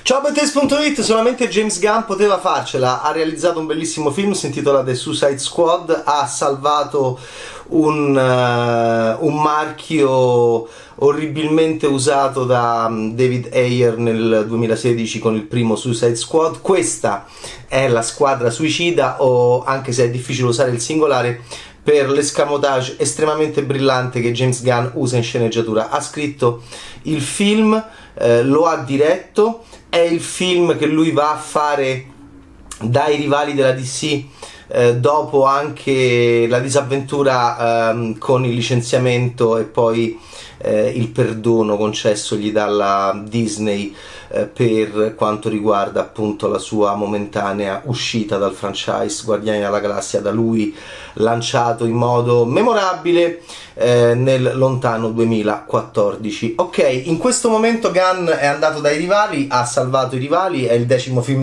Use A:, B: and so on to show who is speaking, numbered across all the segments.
A: Ciao Bettes.it, solamente James Gunn poteva farcela, ha realizzato un bellissimo film, si intitola The Suicide Squad, ha salvato un marchio orribilmente usato da David Ayer nel 2016 con il primo Suicide Squad. Questa è la squadra suicida, o anche se è difficile usare il singolare, per l'escamotage estremamente brillante che James Gunn usa in sceneggiatura. Ha scritto il film, lo ha diretto, è il film che lui va a fare dai rivali della DC dopo anche la disavventura con il licenziamento e poi il perdono concessogli dalla Disney per quanto riguarda appunto la sua momentanea uscita dal franchise Guardiani della Galassia, da lui lanciato in modo memorabile nel lontano 2014. Ok, in questo momento Gunn è andato dai rivali, ha salvato i rivali, è il 10° film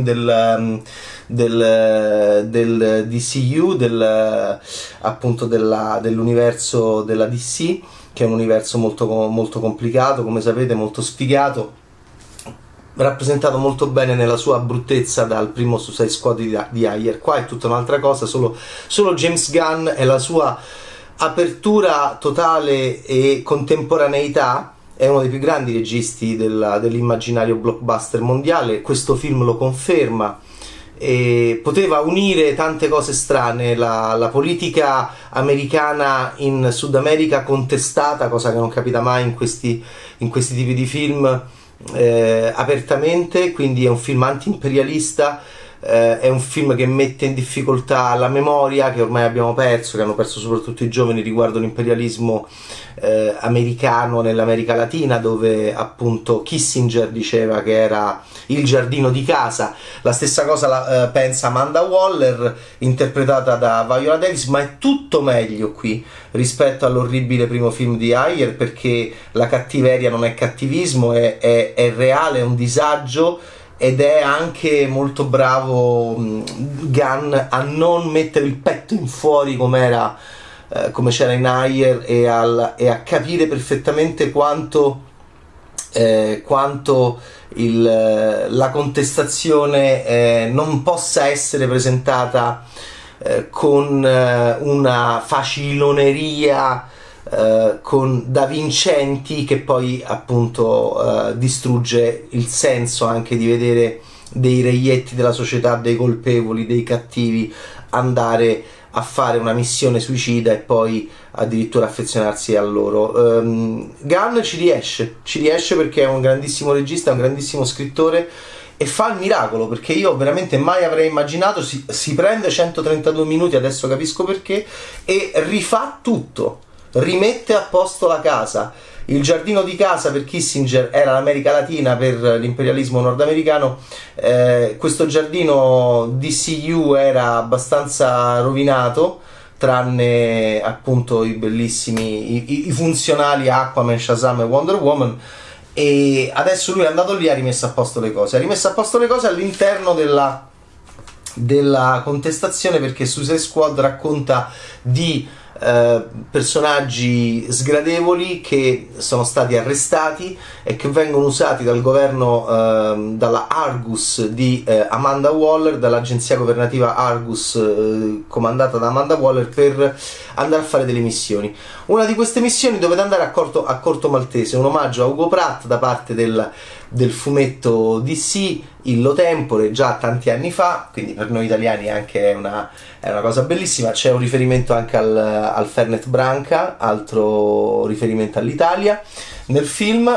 A: del DCU, appunto dell'universo della DC, che è un universo molto complicato, come sapete, molto sfigato, rappresentato molto bene nella sua bruttezza dal primo Suicide Squad di Ayer. Qua è tutta un'altra cosa, solo James Gunn e la sua apertura totale e contemporaneità. È uno dei più grandi registi dell'immaginario blockbuster mondiale, questo film lo conferma. E poteva unire tante cose strane, la politica americana in Sud America contestata, cosa che non capita mai in questi tipi di film, apertamente. Quindi è un film anti-imperialista, è un film che mette in difficoltà la memoria che ormai abbiamo perso, che hanno perso soprattutto i giovani, riguardo l'imperialismo americano nell'America Latina, dove appunto Kissinger diceva che era il giardino di casa. La stessa cosa pensa Amanda Waller, interpretata da Viola Davis, ma è tutto meglio qui rispetto all'orribile primo film di Ayer, perché la cattiveria non è cattivismo, è reale, è un disagio. Ed è anche molto bravo Gunn a non mettere il petto in fuori come c'era in Ayer, e a capire perfettamente quanto la contestazione non possa essere presentata con una faciloneria da vincenti, che poi appunto distrugge il senso anche di vedere dei reietti della società, dei colpevoli, dei cattivi andare a fare una missione suicida e poi addirittura affezionarsi a loro. Gunn ci riesce perché è un grandissimo regista, è un grandissimo scrittore, e fa il miracolo, perché io veramente mai avrei immaginato. Si prende 132 minuti, adesso capisco perché, e rifà tutto, rimette a posto la casa. Il giardino di casa per Kissinger era l'America Latina per l'imperialismo nordamericano, questo giardino DCU era abbastanza rovinato, tranne appunto i bellissimi, i funzionali Aquaman, Shazam e Wonder Woman, e adesso lui è andato lì e ha rimesso a posto le cose, all'interno della contestazione, perché Suicide Squad racconta di personaggi sgradevoli che sono stati arrestati e che vengono usati dal governo, dalla Argus di Amanda Waller, dall'agenzia governativa Argus comandata da Amanda Waller, per andare a fare delle missioni. Una di queste missioni dovete andare a Corto Maltese, un omaggio a Ugo Pratt da parte del fumetto DC Illo Tempore, già tanti anni fa, quindi per noi italiani anche è una cosa bellissima. C'è un riferimento anche al Fernet Branca, altro riferimento all'Italia nel film,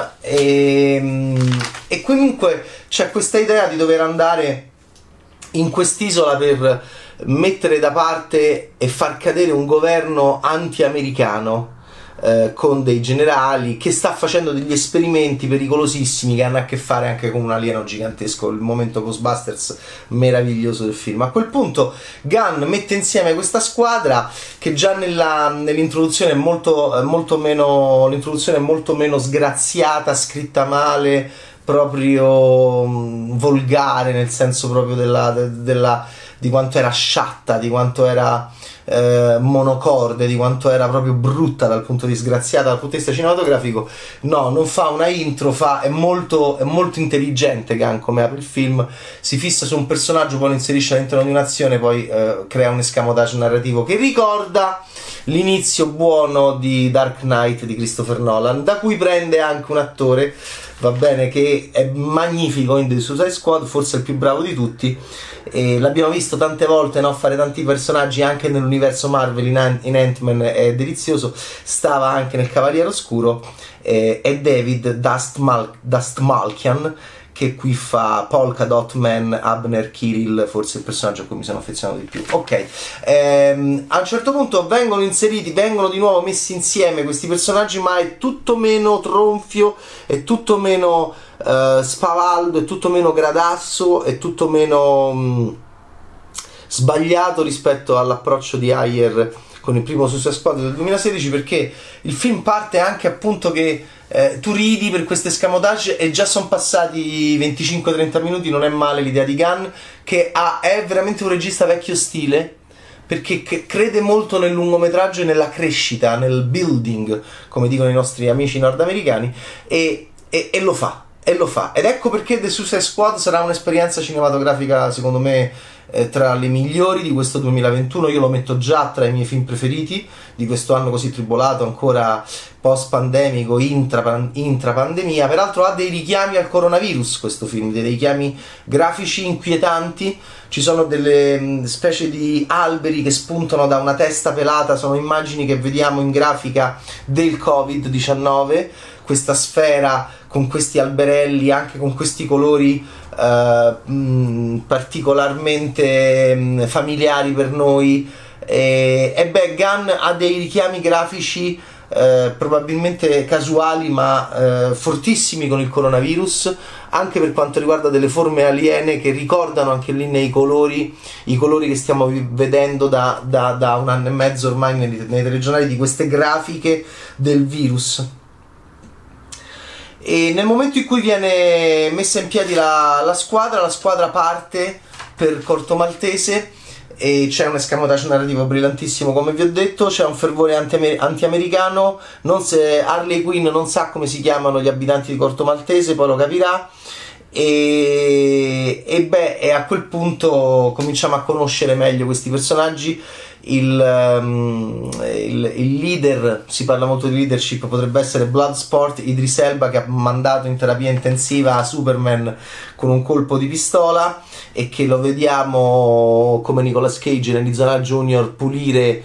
A: e comunque c'è questa idea di dover andare in quest'isola per mettere da parte e far cadere un governo anti-americano, con dei generali, che sta facendo degli esperimenti pericolosissimi che hanno a che fare anche con un alieno gigantesco, il momento Ghostbusters meraviglioso del film. A quel punto Gunn mette insieme questa squadra che già nell'introduzione è molto meno sgraziata, scritta male, proprio volgare, nel senso proprio di quanto era sciatta, di quanto era monocorde, di quanto era proprio brutta dal punto disgraziata dal punto di vista cinematografico. No, non fa una intro, è molto intelligente Gunn come apre il film, si fissa su un personaggio, poi lo inserisce all'interno di un'azione, poi crea un escamotage narrativo che ricorda l'inizio buono di Dark Knight di Christopher Nolan, da cui prende anche un attore, va bene, che è magnifico in The Suicide Squad, forse il più bravo di tutti, e l'abbiamo visto tante volte, no, fare tanti personaggi anche nell'universo Marvel, in Ant-Man è delizioso, stava anche nel Cavaliere Oscuro, è David Dastmalchian, che qui fa Polka Dot Man, Abner Kirill, forse il personaggio a cui mi sono affezionato di più. Ok, a un certo punto vengono di nuovo messi insieme questi personaggi, ma è tutto meno tronfio, è tutto meno spavaldo, è tutto meno gradasso, è tutto meno sbagliato rispetto all'approccio di Ayer con il primo Suicide Squad del 2016, perché il film parte anche appunto che tu ridi per questo escamotage e già sono passati 25-30 minuti, non è male l'idea di Gunn, che è veramente un regista vecchio stile, perché crede molto nel lungometraggio e nella crescita, nel building, come dicono i nostri amici nordamericani, e lo fa, ed ecco perché The Suicide Squad sarà un'esperienza cinematografica secondo me tra le migliori di questo 2021. Io lo metto già tra i miei film preferiti di questo anno così tribolato, ancora post pandemico, intra pandemia. Peraltro ha dei richiami al coronavirus questo film, dei richiami grafici inquietanti, ci sono delle specie di alberi che spuntano da una testa pelata, sono immagini che vediamo in grafica del Covid-19, questa sfera con questi alberelli, anche con questi colori particolarmente familiari per noi, e Gunn ha dei richiami grafici probabilmente casuali ma fortissimi con il coronavirus, anche per quanto riguarda delle forme aliene che ricordano anche lì nei colori i colori che stiamo vedendo da un anno e mezzo ormai nei telegiornali, di queste grafiche del virus. E nel momento in cui viene messa in piedi la squadra parte per Corto Maltese e c'è un escamotage narrativo brillantissimo, come vi ho detto, c'è un fervore anti-americano, Harley Quinn non sa come si chiamano gli abitanti di Corto Maltese, poi lo capirà, e a quel punto cominciamo a conoscere meglio questi personaggi. Il leader, si parla molto di leadership, potrebbe essere Bloodsport, Idris Elba, che ha mandato in terapia intensiva a Superman con un colpo di pistola, e che lo vediamo come Nicolas Cage in Arizona Junior pulire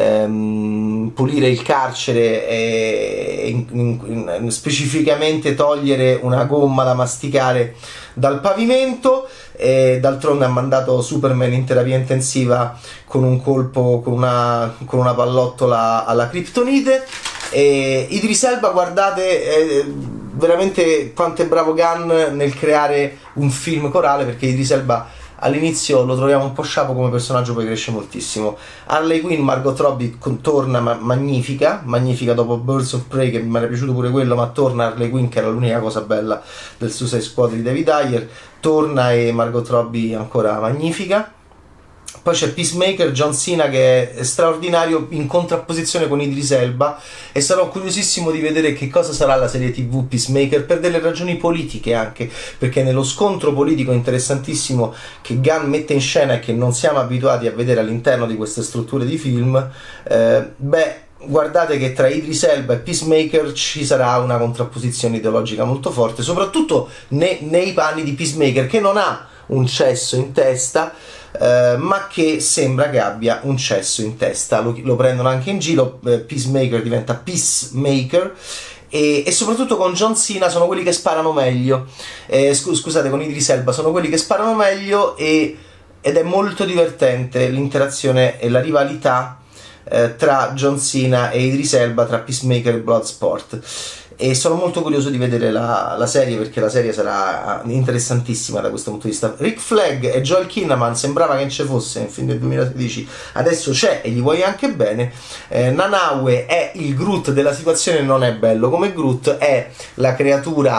A: il carcere e specificamente togliere una gomma da masticare dal pavimento. E d'altronde ha mandato Superman in terapia intensiva con un colpo con una pallottola alla Kryptonite. E Idris Elba, guardate veramente quanto è bravo Gunn nel creare un film corale, perché Idris Elba all'inizio lo troviamo un po' sciapo come personaggio, poi cresce moltissimo. Harley Quinn, Margot Robbie torna magnifica dopo Birds of Prey, che mi era piaciuto pure quello, ma torna Harley Quinn, che era l'unica cosa bella del Suicide Squad di David Ayer, torna, e Margot Robbie ancora magnifica. Poi c'è Peacemaker, John Cena, che è straordinario in contrapposizione con Idris Elba, e sarò curiosissimo di vedere che cosa sarà la serie TV Peacemaker, per delle ragioni politiche anche, perché nello scontro politico interessantissimo che Gunn mette in scena e che non siamo abituati a vedere all'interno di queste strutture di film, guardate che tra Idris Elba e Peacemaker ci sarà una contrapposizione ideologica molto forte, soprattutto nei panni di Peacemaker, che non ha un cesso in testa, ma che sembra che abbia un cesso in testa. Lo prendono anche in giro, Peacemaker diventa Peacemaker, e soprattutto con John Cena sono quelli che sparano meglio, scusate, con Idris Elba sono quelli che sparano meglio, ed è molto divertente l'interazione e la rivalità tra John Cena e Idris Elba, tra Peacemaker e Bloodsport. E sono molto curioso di vedere la serie, perché la serie sarà interessantissima da questo punto di vista. Rick Flag e Joel Kinnaman sembrava che non ci fosse nel film del 2016, adesso c'è e gli vuoi anche bene. Nanaue è il Groot della situazione, non è bello come Groot, è la creatura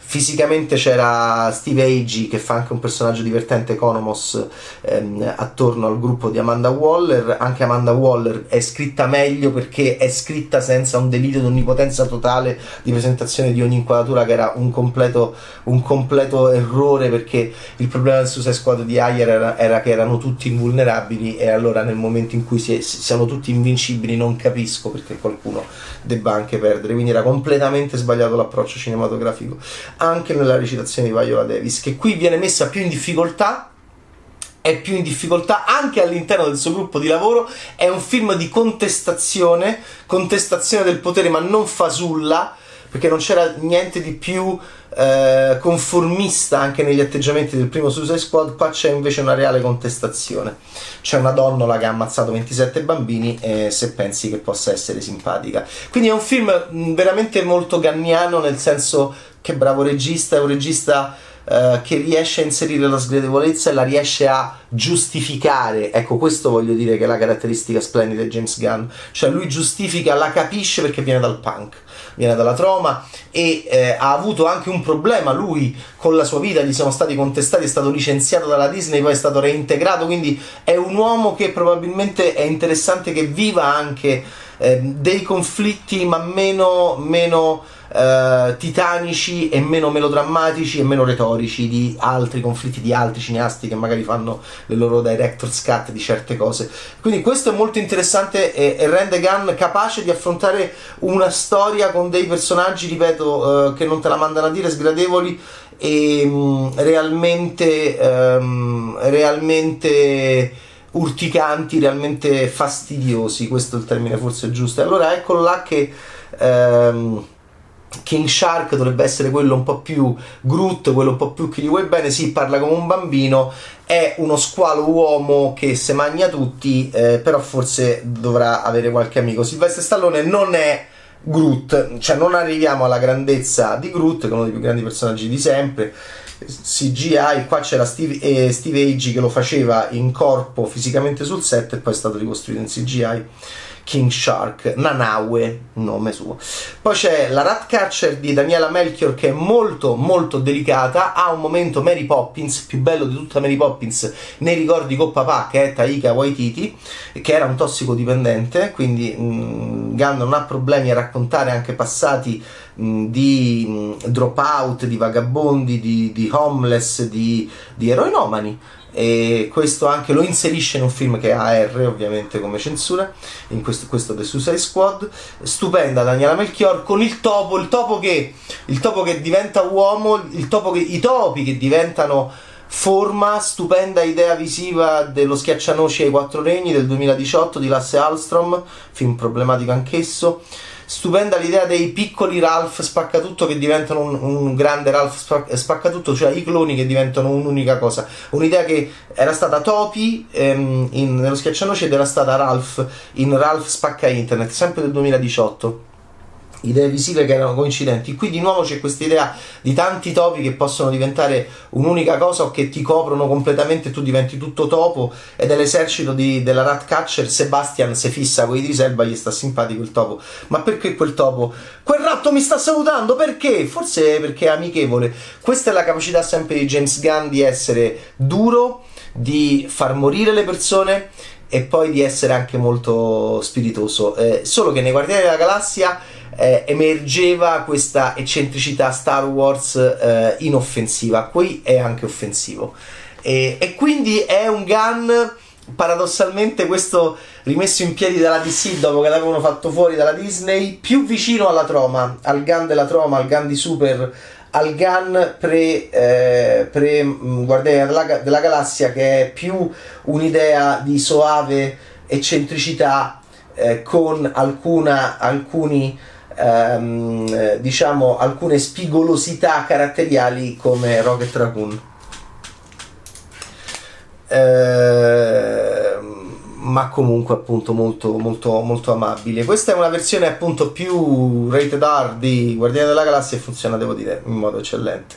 A: Fisicamente c'era Steve Agee, che fa anche un personaggio divertente, Economos, attorno al gruppo di Amanda Waller. Anche Amanda Waller è scritta meglio perché è scritta senza un delirio di onnipotenza totale di presentazione di ogni inquadratura, che era un completo errore, perché il problema del Suicide Squad di Ayer era che erano tutti invulnerabili, e allora nel momento in cui siano tutti invincibili non capisco perché qualcuno debba anche perdere. Quindi era completamente sbagliato l'approccio cinematografico, anche nella recitazione di Viola Davis, che qui viene messa più in difficoltà, è più in difficoltà anche all'interno del suo gruppo di lavoro. È un film di contestazione del potere, ma non fasulla, perché non c'era niente di più conformista anche negli atteggiamenti del primo Suicide Squad. Qua c'è invece una reale contestazione. C'è una donnola che ha ammazzato 27 bambini, se pensi che possa essere simpatica. Quindi è un film veramente molto ganniano, nel senso che bravo regista, è un regista che riesce a inserire la sgradevolezza e la riesce a giustificare. Ecco, questo voglio dire che è la caratteristica splendida di James Gunn, cioè lui giustifica, la capisce, perché viene dal punk, viene dalla troma, e ha avuto anche un problema lui con la sua vita, gli sono stati contestati, è stato licenziato dalla Disney, poi è stato reintegrato, quindi è un uomo che probabilmente è interessante che viva anche dei conflitti, ma meno titanici e meno melodrammatici e meno retorici di altri conflitti di altri cineasti che magari fanno le loro director's cut di certe cose. Quindi questo è molto interessante e rende Gunn capace di affrontare una storia con dei personaggi, ripeto, che non te la mandano a dire, sgradevoli e realmente urticanti, realmente fastidiosi, questo è il termine forse giusto. E allora eccolo là che King Shark dovrebbe essere quello un po' più Groot, quello un po' più che gli vuoi bene, sì, parla come un bambino, è uno squalo uomo che se magna tutti, però forse dovrà avere qualche amico. Sylvester Stallone non è Groot, cioè non arriviamo alla grandezza di Groot, che è uno dei più grandi personaggi di sempre, CGI. Qua c'era Steve Agee che lo faceva in corpo fisicamente sul set e poi è stato ricostruito in CGI. King Shark, Nanaue, nome suo. Poi c'è la Ratcatcher di Daniela Melchior, che è molto molto delicata, ha un momento Mary Poppins, più bello di tutta Mary Poppins nei ricordi con papà, che è Taika Waititi, che era un tossicodipendente, quindi Gunn non ha problemi a raccontare anche passati di dropout, di vagabondi, di homeless, di eroinomani. E questo anche lo inserisce in un film che ha R ovviamente come censura, in questo The Suicide Squad. Stupenda Daniela Melchior con il topo che diventa uomo, i topi che diventano forma. Stupenda idea visiva dello Schiaccianoci ai Quattro Regni del 2018 di Lasse Hallström, film problematico anch'esso. Stupenda l'idea dei piccoli Ralph Spaccatutto che diventano un grande Ralph Spaccatutto, cioè i cloni che diventano un'unica cosa. Un'idea che era stata Topi nello Schiaccianoci ed era stata Ralph in Ralph Spacca Internet, sempre del 2018. Idee visive che erano coincidenti. Qui di nuovo c'è questa idea di tanti topi che possono diventare un'unica cosa o che ti coprono completamente e tu diventi tutto topo, ed è l'esercito della Ratcatcher. Sebastian si fissa con Idris Elba, gli sta simpatico il topo. Ma perché quel topo? Quel ratto mi sta salutando, perché? Forse perché è amichevole. Questa è la capacità sempre di James Gunn di essere duro, di far morire le persone e poi di essere anche molto spiritoso. Solo che nei Guardiani della Galassia emergeva questa eccentricità Star Wars inoffensiva. Qui è anche offensivo e quindi è un Gunn, paradossalmente, questo rimesso in piedi dalla DC dopo che l'avevano fatto fuori dalla Disney, più vicino alla troma, al Gunn della troma, al Gunn di Super, al Gunn pre Guardiani della Galassia, che è più un'idea di soave eccentricità con diciamo alcune spigolosità caratteriali come Rocket Raccoon, ma comunque appunto molto molto molto amabile. Questa è una versione appunto più rated R di Guardiani della Galassia e funziona, devo dire, in modo eccellente.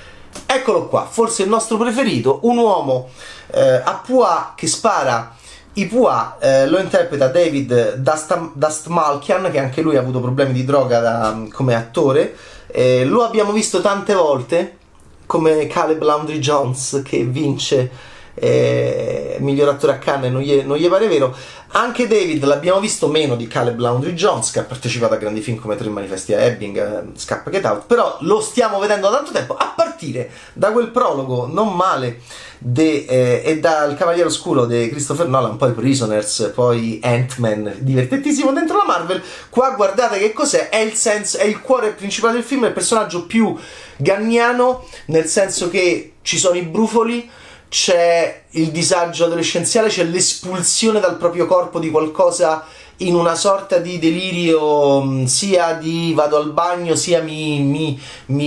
A: Eccolo qua, forse il nostro preferito, un uomo a pois che spara Ipua lo interpreta David Dastmalchian, che anche lui ha avuto problemi di droga come attore. Lo abbiamo visto tante volte come Caleb Landry Jones, che vince miglior attore a Cannes, non gli pare vero. Anche David l'abbiamo visto meno di Caleb Landry Jones, che ha partecipato a grandi film come Tre manifesti a Ebbing, Scappa Get Out, però lo stiamo vedendo da tanto tempo, a partire da quel prologo non male e dal Cavaliere Oscuro di Christopher Nolan, poi Prisoners, poi Ant-Man, divertentissimo dentro la Marvel. Qua guardate che cos'è, è il cuore principale del film, è il personaggio più ganniano, nel senso che ci sono i brufoli, c'è il disagio adolescenziale, c'è l'espulsione dal proprio corpo di qualcosa in una sorta di delirio, sia di vado al bagno, sia mi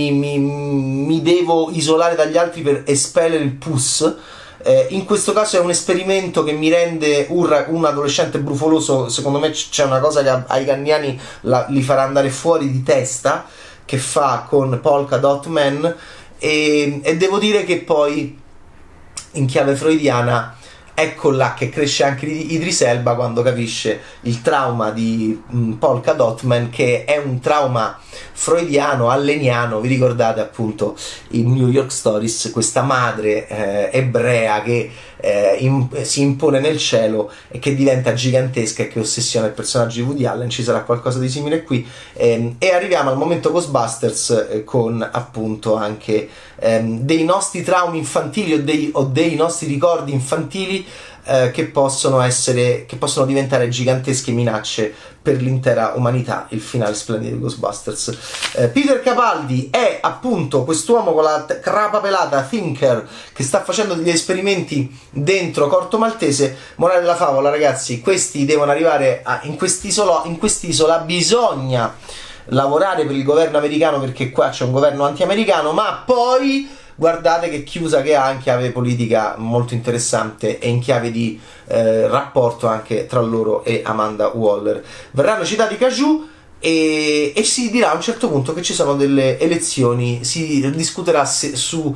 A: devo isolare dagli altri per espellere il pus. In questo caso è un esperimento che mi rende un adolescente brufoloso. Secondo me c'è una cosa che ai ganniani li farà andare fuori di testa, che fa con Polka Dot Man, e devo dire che poi in chiave freudiana ecco là che cresce anche Idris Elba quando capisce il trauma di Polka Dot Man, che è un trauma freudiano, alleniano. Vi ricordate appunto in New York Stories questa madre ebrea che si impone nel cielo e che diventa gigantesca e che ossessiona il personaggio di Woody Allen. Ci sarà qualcosa di simile qui, e arriviamo al momento Ghostbusters, con appunto anche dei nostri traumi infantili o dei nostri ricordi infantili che possono diventare gigantesche minacce per l'intera umanità. Il finale splendido di Ghostbusters. Peter Capaldi è appunto quest'uomo con la crapa pelata, thinker, che sta facendo degli esperimenti dentro Corto Maltese. Morale della favola, ragazzi, questi devono arrivare in quest'isola bisogna lavorare per il governo americano, perché qua c'è un governo anti-americano, ma poi guardate che chiusa che ha in chiave politica molto interessante e in chiave di rapporto anche tra loro e Amanda Waller. Verranno citati Caju e si dirà a un certo punto che ci sono delle elezioni, si discuterà su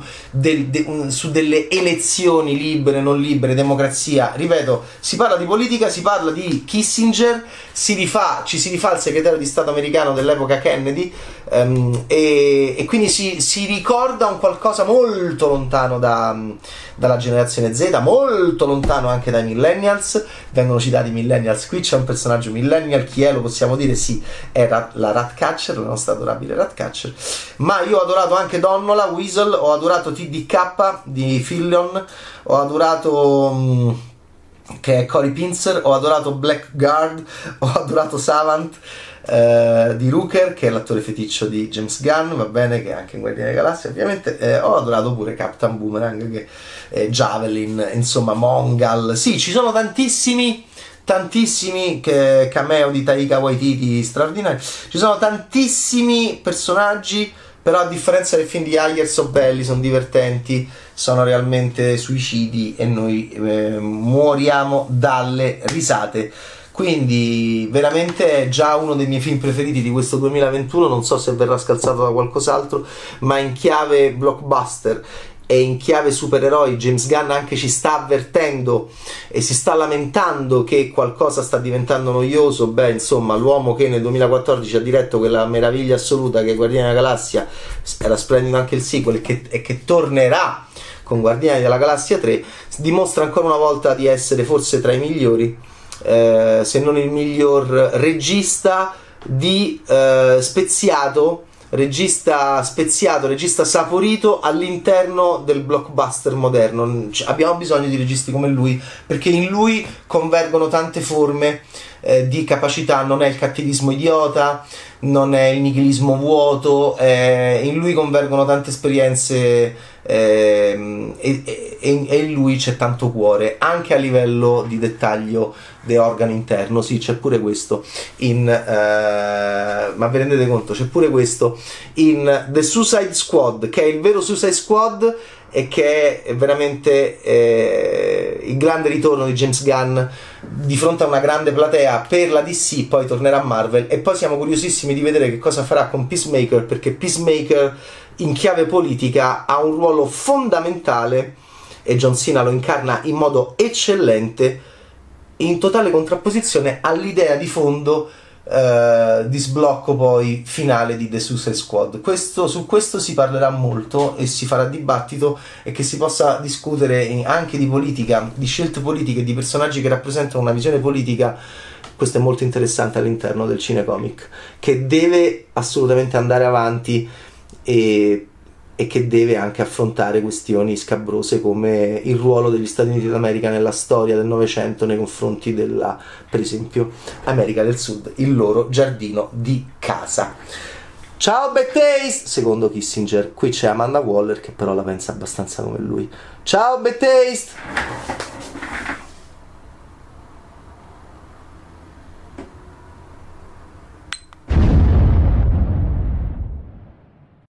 A: delle elezioni libere, non libere, democrazia. Ripeto, si parla di politica, si parla di Kissinger, ci si rifà al segretario di Stato americano dell'epoca Kennedy, e quindi si ricorda un qualcosa molto lontano dalla generazione Z, molto lontano anche dai millennials. Vengono citati i millennials, qui c'è un personaggio millennial, chi è? Lo possiamo dire? Sì, era la Ratcatcher, la nostra adorabile Ratcatcher. Ma io ho adorato anche Donnola, Weasel, ho adorato TDK di Fillion, ho adorato che è Corey Pincer, ho adorato Blackguard, ho adorato Savant di Rooker, che è l'attore feticcio di James Gunn, va bene, che è anche in Guardiani della Galassia ovviamente. Ho adorato pure Captain Boomerang, che Javelin, insomma Mongal. Sì, ci sono tantissimi cameo di Taika Waititi straordinari, ci sono tantissimi personaggi, però a differenza del film di Ayer so belli, sono divertenti, sono realmente suicidi e noi moriamo dalle risate. Quindi veramente è già uno dei miei film preferiti di questo 2021, non so se verrà scalzato da qualcos'altro, ma in chiave blockbuster e in chiave supereroi James Gunn anche ci sta avvertendo e si sta lamentando che qualcosa sta diventando noioso. Beh, insomma, l'uomo che nel 2014 ha diretto quella meraviglia assoluta che è Guardiani della Galassia, era splendido anche il sequel, e che tornerà con Guardiani della Galassia 3, dimostra ancora una volta di essere forse tra i migliori, se non il miglior regista regista saporito all'interno del blockbuster moderno. Abbiamo bisogno di registi come lui, perché in lui convergono tante forme di capacità. Non è il cattivismo idiota, non è il nichilismo vuoto, in lui convergono tante esperienze, e in lui c'è tanto cuore, anche a livello di dettaglio di organo interno. Sì, c'è pure questo ma vi rendete conto, c'è pure questo in The Suicide Squad, che è il vero Suicide Squad e che è veramente il grande ritorno di James Gunn di fronte a una grande platea per la DC. Poi tornerà a Marvel e poi siamo curiosissimi di vedere che cosa farà con Peacemaker, perché Peacemaker in chiave politica ha un ruolo fondamentale e John Cena lo incarna in modo eccellente. in totale contrapposizione all'idea di fondo di sblocco poi finale di The Suicide Squad. Su questo si parlerà molto e si farà dibattito, e che si possa discutere anche di politica, di scelte politiche, di personaggi che rappresentano una visione politica. Questo è molto interessante all'interno del cinecomic, che deve assolutamente andare avanti e che deve anche affrontare questioni scabrose come il ruolo degli Stati Uniti d'America nella storia del Novecento nei confronti della, per esempio, America del Sud, il loro giardino di casa. Ciao Bad Taste! Secondo Kissinger. Qui c'è Amanda Waller che però la pensa abbastanza come lui. Ciao Bad Taste!